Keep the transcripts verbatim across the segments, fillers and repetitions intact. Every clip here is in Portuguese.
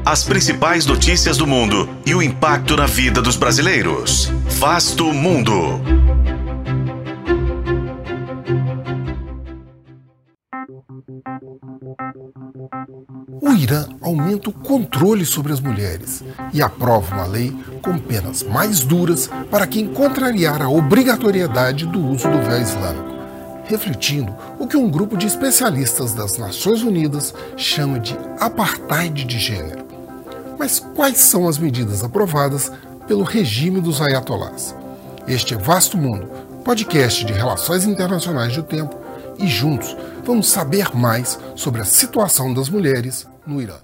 As principais notícias do mundo e o impacto na vida dos brasileiros. Vasto Mundo. O Irã aumenta o controle sobre as mulheres e aprova uma lei com penas mais duras para quem contrariar a obrigatoriedade do uso do véu islâmico, refletindo o que um grupo de especialistas das Nações Unidas chama de apartheid de gênero. Mas quais são as medidas aprovadas pelo regime dos ayatolás? Este é Vasto Mundo, podcast de relações internacionais do tempo, e juntos vamos saber mais sobre a situação das mulheres no Irã.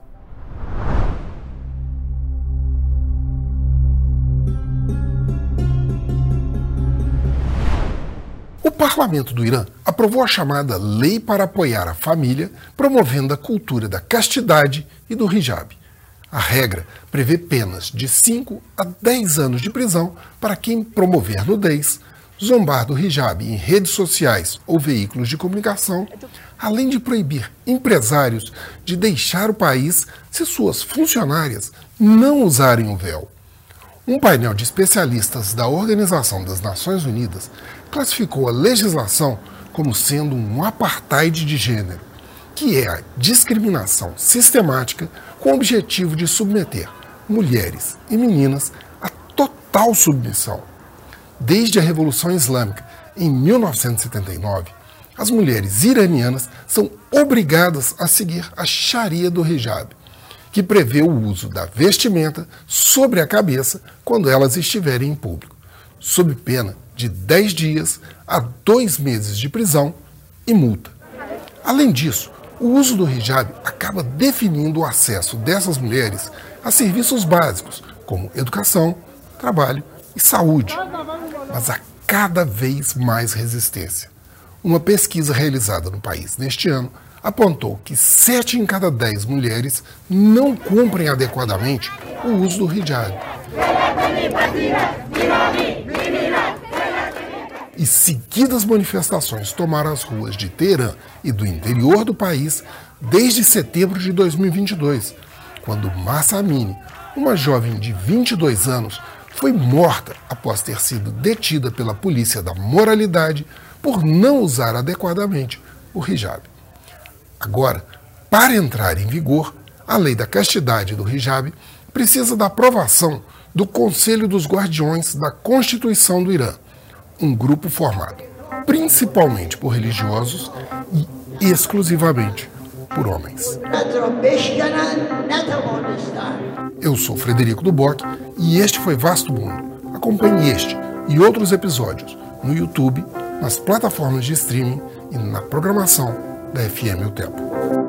O parlamento do Irã aprovou a chamada Lei para Apoiar a Família, promovendo a cultura da castidade e do hijab. A regra prevê penas de cinco a dez anos de prisão para quem promover nudez, zombar do hijab em redes sociais ou veículos de comunicação, além de proibir empresários de deixar o país se suas funcionárias não usarem o véu. Um painel de especialistas da Organização das Nações Unidas classificou a legislação como sendo um apartheid de gênero, que é a discriminação sistemática com o objetivo de submeter mulheres e meninas a total submissão. Desde a Revolução Islâmica, em mil novecentos e setenta e nove, as mulheres iranianas são obrigadas a seguir a Sharia do hijab, que prevê o uso da vestimenta sobre a cabeça quando elas estiverem em público, sob pena de dez dias a dois meses de prisão e multa. Além disso, o uso do hijab acaba definindo o acesso dessas mulheres a serviços básicos, como educação, trabalho e saúde, mas há cada vez mais resistência. Uma pesquisa realizada no país neste ano apontou que sete em cada dez mulheres não cumprem adequadamente o uso do hijab. E seguidas manifestações tomaram as ruas de Teherã e do interior do país desde setembro de dois mil e vinte e dois, quando Mahsa Amini, uma jovem de vinte e dois anos, foi morta após ter sido detida pela polícia da moralidade por não usar adequadamente o hijab. Agora, para entrar em vigor, a lei da castidade do hijab precisa da aprovação do Conselho dos Guardiões da Constituição do Irã, um grupo formado principalmente por religiosos e exclusivamente por homens. Eu sou Frederico Duboc e este foi Vasto Mundo. Acompanhe este e outros episódios no YouTube, nas plataformas de streaming e na programação da F M O Tempo.